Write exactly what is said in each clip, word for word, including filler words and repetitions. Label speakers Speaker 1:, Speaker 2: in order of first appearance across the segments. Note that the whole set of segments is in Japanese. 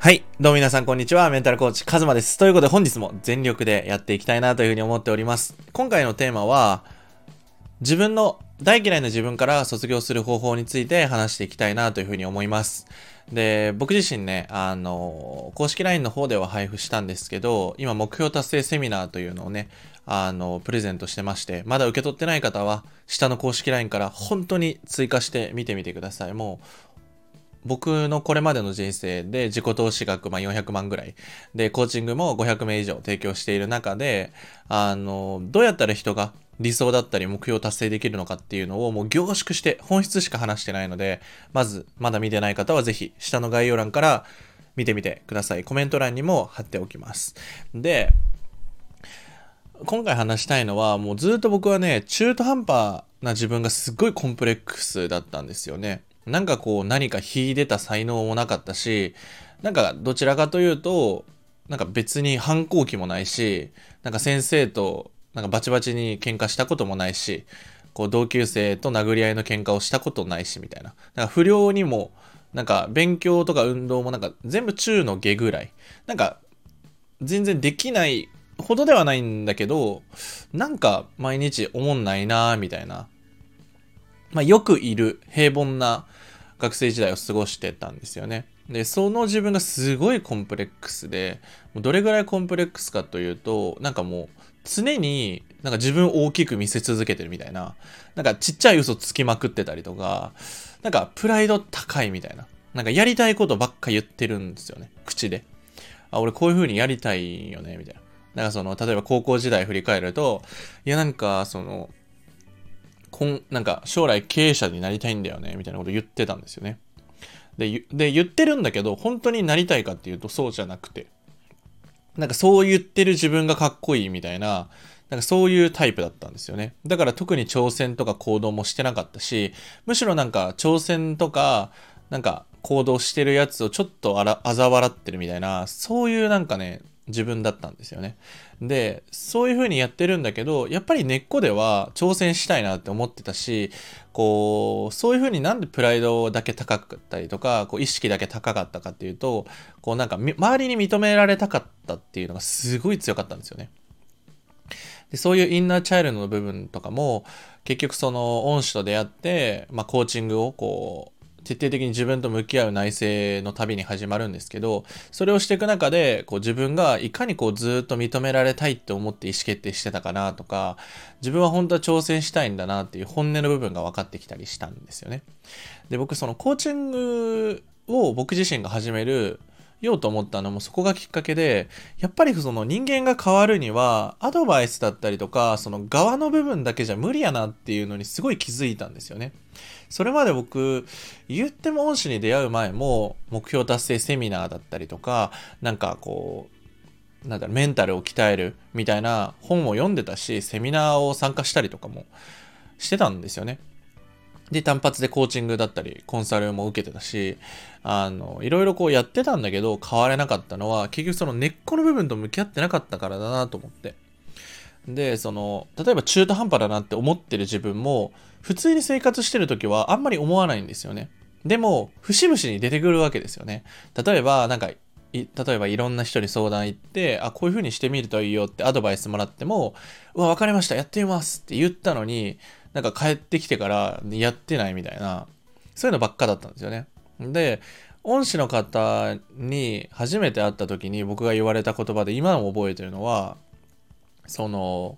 Speaker 1: はい。どうも皆さんこんにちは。メンタルコーチカズマです。ということで本日も全力でやっていきたいなというふうに思っております。今回のテーマは、自分の大嫌いな自分から卒業する方法について話していきたいなというふうに思います。で、僕自身ね、あの、公式 ライン の方では配布したんですけど、今目標達成セミナーというのをね、あの、プレゼントしてまして、まだ受け取ってない方は、下の公式 ライン から本当に追加して見てみてください。もう、僕のこれまでの人生で自己投資額まあよんひゃくまんぐらいでコーチングもごひゃくめい以上提供している中で、あのどうやったら人が理想だったり目標を達成できるのかっていうのをもう凝縮して本質しか話してないので、まずまだ見てない方はぜひ下の概要欄から見てみてください。コメント欄にも貼っておきます。で、今回話したいのはもうずっと僕はね、中途半端な自分がすっごいコンプレックスだったんですよね。なんかこう何か秀でた才能もなかったし、なんかどちらかというと、なんか別に反抗期もないし、なんか先生となんかバチバチに喧嘩したこともないし、こう同級生と殴り合いの喧嘩をしたことないしみたいな。なんか不良にも、なんか勉強とか運動もなんか全部中の下ぐらい。なんか全然できないほどではないんだけど、なんか毎日おもんないなーみたいな。まあよくいる平凡な学生時代を過ごしてたんですよね。で、その自分がすごいコンプレックスで、もうどれぐらいコンプレックスかというと、なんかもう常になんか自分を大きく見せ続けてるみたいな、なんかちっちゃい嘘つきまくってたりとか、なんかプライド高いみたいな、なんかやりたいことばっか言ってるんですよね、口で。あ、俺こういう風にやりたいよね、みたいな。なんかその、例えば高校時代振り返ると、いやなんかその、こんなんか将来経営者になりたいんだよねみたいなこと言ってたんですよね。で、で言ってるんだけど本当になりたいかっていうとそうじゃなくて、なんかそう言ってる自分がかっこいいみたいな、なんかそういうタイプだったんですよね。だから特に挑戦とか行動もしてなかったし、むしろなんか挑戦とかなんか行動してるやつをちょっとあら嘲笑ってるみたいな、そういうなんかね自分だったんですよね。で、そういう風にやってるんだけど、やっぱり根っこでは挑戦したいなって思ってたし、こう、そういう風になんでプライドだけ高かったりとか、こう意識だけ高かったかっていうと、こうなんか周りに認められたかったっていうのがすごい強かったんですよね。で、そういうインナーチャイルドの部分とかも、結局その恩師と出会って、まあコーチングをこう、徹底的に自分と向き合う内省の旅に始まるんですけど、それをしていく中で、こう自分がいかにこうずっと認められたいって思って意思決定してたかなとか、自分は本当は挑戦したいんだなっていう本音の部分が分かってきたりしたんですよね。で、僕そのコーチングを僕自身が始めるようと思ったのもそこがきっかけで、やっぱりその人間が変わるにはアドバイスだったりとかその側の部分だけじゃ無理やなっていうのにすごい気づいたんですよね。それまで僕言っても恩師に出会う前も目標達成セミナーだったりとか、なんかこうなんだろうメンタルを鍛えるみたいな本を読んでたし、セミナーを参加したりとかもしてたんですよね。で、単発でコーチングだったり、コンサルも受けてたし、あの、いろいろこうやってたんだけど、変われなかったのは、結局その根っこの部分と向き合ってなかったからだなと思って。で、その、例えば中途半端だなって思ってる自分も、普通に生活してる時はあんまり思わないんですよね。でも、節々に出てくるわけですよね。例えば、なんか、例えばいろんな人に相談行って、あ、こういう風にしてみるといいよってアドバイスもらっても、うわ、わかりました、やってみますって言ったのに、なんか帰ってきてからやってないみたいな、そういうのばっかだったんですよね。で、恩師の方に初めて会った時に僕が言われた言葉で今も覚えてるのは、その、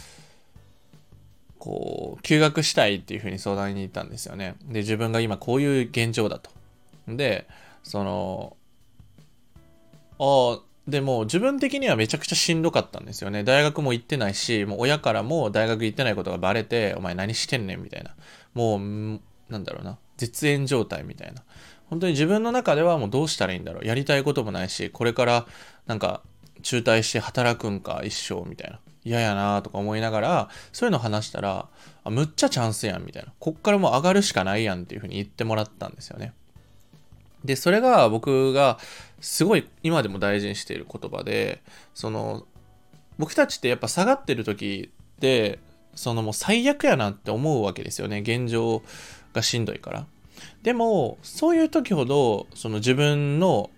Speaker 1: こう、休学したいっていう風に相談に行ったんですよね。で、自分が今こういう現状だと。で、その、ああ、でも自分的にはめちゃくちゃしんどかったんですよね。大学も行ってないし、もう親からも大学行ってないことがバレて、お前何してんねんみたいな。もう、なんだろうな。絶縁状態みたいな。本当に自分の中ではもうどうしたらいいんだろう。やりたいこともないし、これからなんか中退して働くんか一生みたいな。嫌やなとか思いながら、そういうの話したら、あ、むっちゃチャンスやんみたいな。こっからもう上がるしかないやんっていう風に言ってもらったんですよね。で、それが僕がすごい今でも大事にしている言葉で、その、僕たちってやっぱ下がってる時って、そのもう最悪やなって思うわけですよね。現状がしんどいから。でも、そういう時ほど、その自分の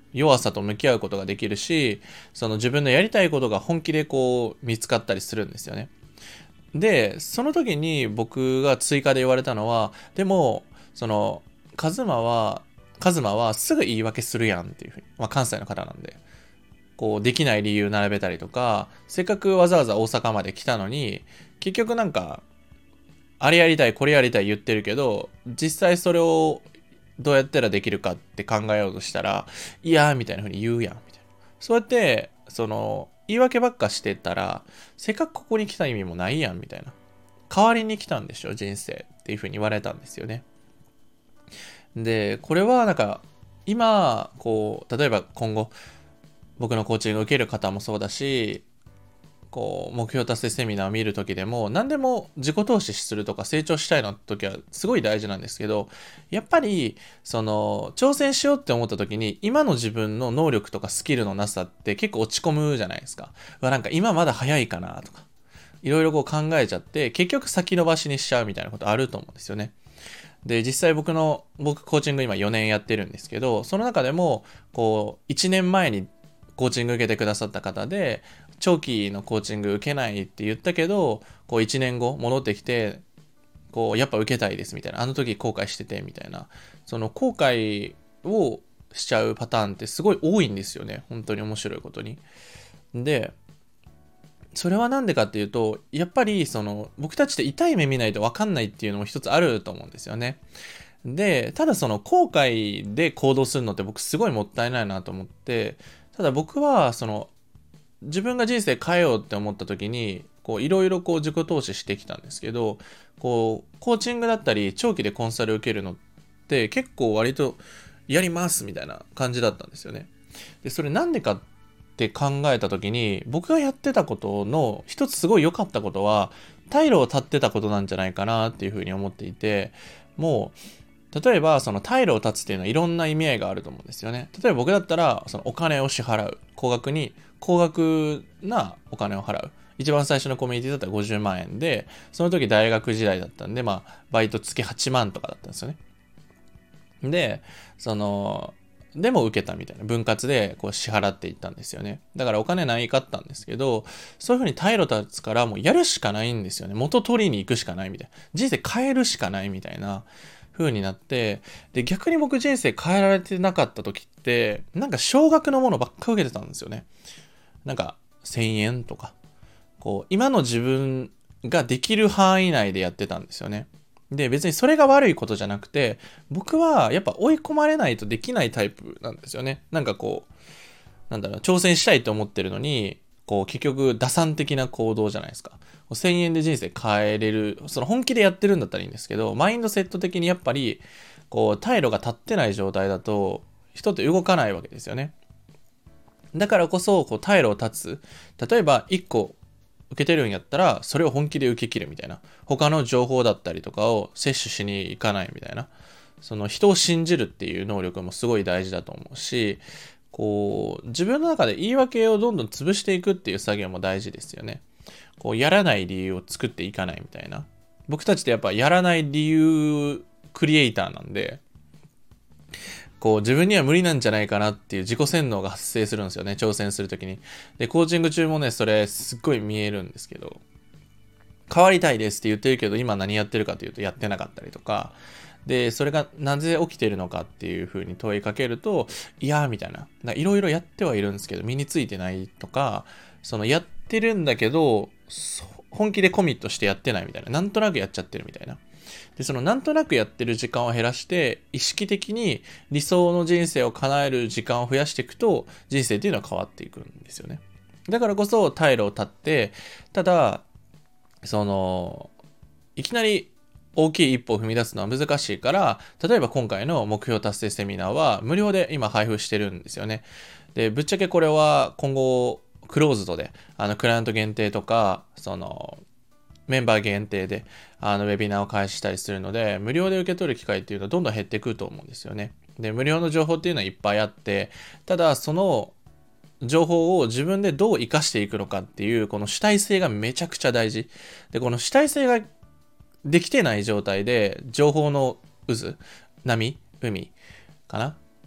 Speaker 1: 弱さと向き合うことができるし、その自分のやりたいことが本気でこう見つかったりするんですよね。で、その時に僕が追加で言われたのは、でも、その、カズマは、カズマはすぐ言い訳するやんっていうふうに、まあ関西の方なんで、こうできない理由並べたりとか、せっかくわざわざ大阪まで来たのに、結局なんか、あれやりたい、これやりたい言ってるけど、実際それをどうやったらできるかって考えようとしたら、いやーみたいな風に言うやん、みたいな。そうやって、その、言い訳ばっかしてたら、せっかくここに来た意味もないやん、みたいな。代わりに来たんでしょ、人生っていう風に言われたんですよね。で、これはなんか、今、こう、例えば今後、僕のコーチングを受ける方もそうだし、こう目標達成セミナーを見るときでも何でも自己投資するとか成長したいの時はすごい大事なんですけど、やっぱりその挑戦しようって思った時に今の自分の能力とかスキルのなさって結構落ち込むじゃないですか。なんか今まだ早いかなとかいろいろこう考えちゃって結局先延ばしにしちゃうみたいなことあると思うんですよね。で、実際僕の僕コーチング今よねんやってるんですけど、その中でもこういちねんまえにコーチング受けてくださった方で、長期のコーチング受けないって言ったけど、こういちねんご戻ってきて、こうやっぱ受けたいですみたいな、あの時後悔しててみたいな、その後悔をしちゃうパターンってすごい多いんですよね。本当に面白いことに。で、それはなんでかっていうと、やっぱりその僕たちって痛い目見ないと分かんないっていうのも一つあると思うんですよね。で、ただその後悔で行動するのって僕すごいもったいないなと思って、ただ僕はその自分が人生変えようって思った時にこういろいろこう自己投資してきたんですけど、こうコーチングだったり長期でコンサル受けるのって結構割とやりますみたいな感じだったんですよね。で、それなんでかって考えた時に僕がやってたことの一つすごい良かったことは退路を断ってたことなんじゃないかなっていうふうに思っていて、もう例えばその退路を断つっていうのはいろんな意味合いがあると思うんですよね。例えば僕だったらそのお金を支払う、高額に高額なお金を払う。一番最初のコミュニティだったらごじゅうまんえんで、その時大学時代だったんで、まあバイト月はちまんとかだったんですよね。で、そのでも受けたみたいな分割でこう支払っていったんですよね。だからお金ないかったんですけど、そういう風に退路立つからもうやるしかないんですよね。元取りに行くしかないみたいな。人生変えるしかないみたいな風になって、で、逆に僕人生変えられてなかった時って、なんか少額のものばっか受けてたんですよね。なんかせんえんとか。こう、今の自分ができる範囲内でやってたんですよね。で、別にそれが悪いことじゃなくて、僕はやっぱ追い込まれないとできないタイプなんですよね。なんかこう、なんだろう、挑戦したいと思ってるのに、こう、結局、打算的な行動じゃないですか。せんえんで人生変えれる、その本気でやってるんだったらいいんですけど、マインドセット的にやっぱり、こう、退路が立ってない状態だと、人って動かないわけですよね。だからこそ、こう、退路を立つ。例えば、いっこ受けてるんやったら、それを本気で受け切るみたいな。他の情報だったりとかを摂取しに行かないみたいな。その人を信じるっていう能力もすごい大事だと思うし、こう、自分の中で言い訳をどんどん潰していくっていう作業も大事ですよね。こう、やらない理由を作っていかないみたいな。僕たちってやっぱやらない理由クリエイターなんで、こう、自分には無理なんじゃないかなっていう自己洗脳が発生するんですよね。挑戦するときに。で、コーチング中もね、それすっごい見えるんですけど、変わりたいですって言ってるけど、今何やってるかというとやってなかったりとか、で、それがなぜ起きてるのかっていう風に問いかけると、いやーみたいな。いろいろやってはいるんですけど、身についてないとか、そのやってるんだけど、本気でコミットしてやってないみたいな。なんとなくやっちゃってるみたいな。で、そのなんとなくやってる時間を減らして、意識的に理想の人生を叶える時間を増やしていくと、人生っていうのは変わっていくんですよね。だからこそ、退路を立って、ただ、その、いきなり大きい一歩を踏み出すのは難しいから、例えば今回の目標達成セミナーは無料で今配布してるんですよね。で、ぶっちゃけこれは今後、クローズドで、あの、クライアント限定とか、その、メンバー限定で、あの、ウェビナーを開始したりするので、無料で受け取る機会っていうのはどんどん減ってくると思うんですよね。で、無料の情報っていうのはいっぱいあって、ただ、その、情報を自分でどう活かしていくのかっていう、この主体性がめちゃくちゃ大事。で、この主体性ができてない状態で、情報の渦、波、海かな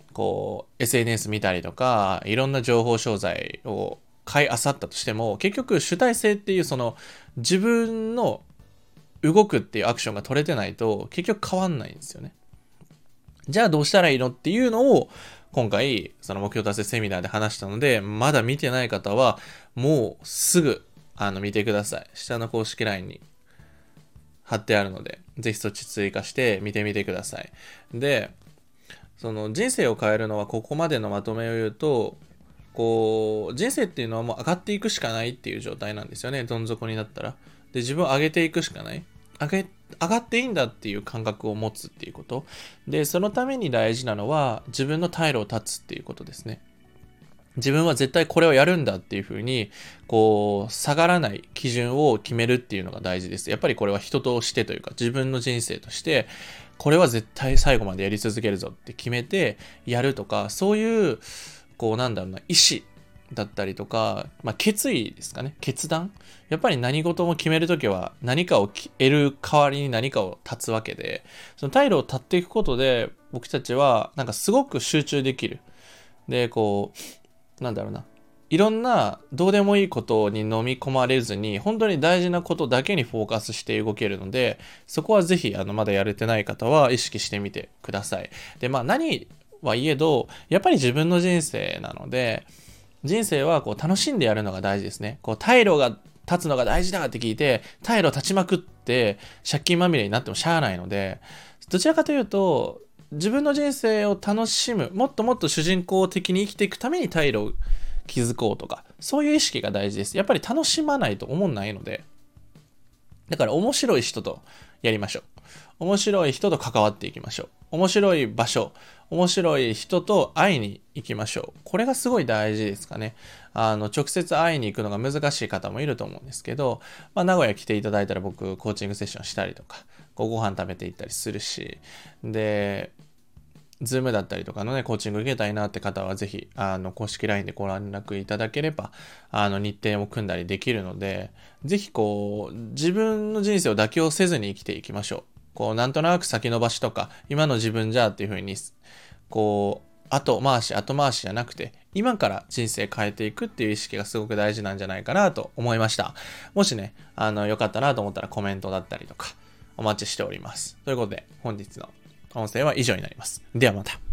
Speaker 1: こう、エスエヌエス 見たりとか、いろんな情報商材を買い漁ったとしても、結局主体性っていうその自分の動くっていうアクションが取れてないと結局変わんないんですよね。じゃあどうしたらいいのっていうのを今回その目標達成セミナーで話したので、まだ見てない方はもうすぐあの見てください。下の公式 ライン に貼ってあるので、ぜひそっち追加して見てみてください。で、その人生を変えるのはここまでのまとめを言うと、こう人生っていうのはもう上がっていくしかないっていう状態なんですよね。どん底になったら。で、自分を上げていくしかない。上げ、上がっていいんだっていう感覚を持つっていうこと。で、そのために大事なのは自分の退路を断つっていうことですね。自分は絶対これをやるんだっていうふうに、こう、下がらない基準を決めるっていうのが大事です。やっぱりこれは人としてというか、自分の人生として、これは絶対最後までやり続けるぞって決めてやるとか、そういう、こうなんだろうな、意志だったりとか、まあ、決意ですかね。決断。やっぱり何事も決めるときは何かを得る代わりに何かを断つわけで、その退路を断っていくことで、僕たちはなんかすごく集中できる。で、こう、なんだろうな。いろんなどうでもいいことに飲み込まれずに、本当に大事なことだけにフォーカスして動けるので、そこはぜひ、あの、まだやれてない方は意識してみてください。で、まあ何はいえど、やっぱり自分の人生なので、人生はこう楽しんでやるのが大事ですね。こう退路が立つのが大事だって聞いて、退路立ちまくって借金まみれになってもしゃあないので、どちらかというと、自分の人生を楽しむ、もっともっと主人公的に生きていくために退路を築こうとか、そういう意識が大事です。やっぱり楽しまないと思んないので、だから面白い人とやりましょう。面白い人と関わっていきましょう。面白い場所、面白い人と会いに行きましょう。これがすごい大事ですかね。あの、直接会いに行くのが難しい方もいると思うんですけど、まあ、名古屋来ていただいたら僕、コーチングセッションしたりとか、こうご飯食べて行ったりするし、で、ズームだったりとかのね、コーチング受けたいなって方はぜひ、あの、公式 ライン でご連絡いただければ、あの、日程を組んだりできるので、ぜひこう、自分の人生を妥協せずに生きていきましょう。こう、なんとなく先延ばしとか、今の自分じゃっていう風に、こう、後回し、後回しじゃなくて、今から人生変えていくっていう意識がすごく大事なんじゃないかなと思いました。もしね、あの、よかったなと思ったらコメントだったりとか、お待ちしております。ということで、本日の音声は以上になります。ではまた。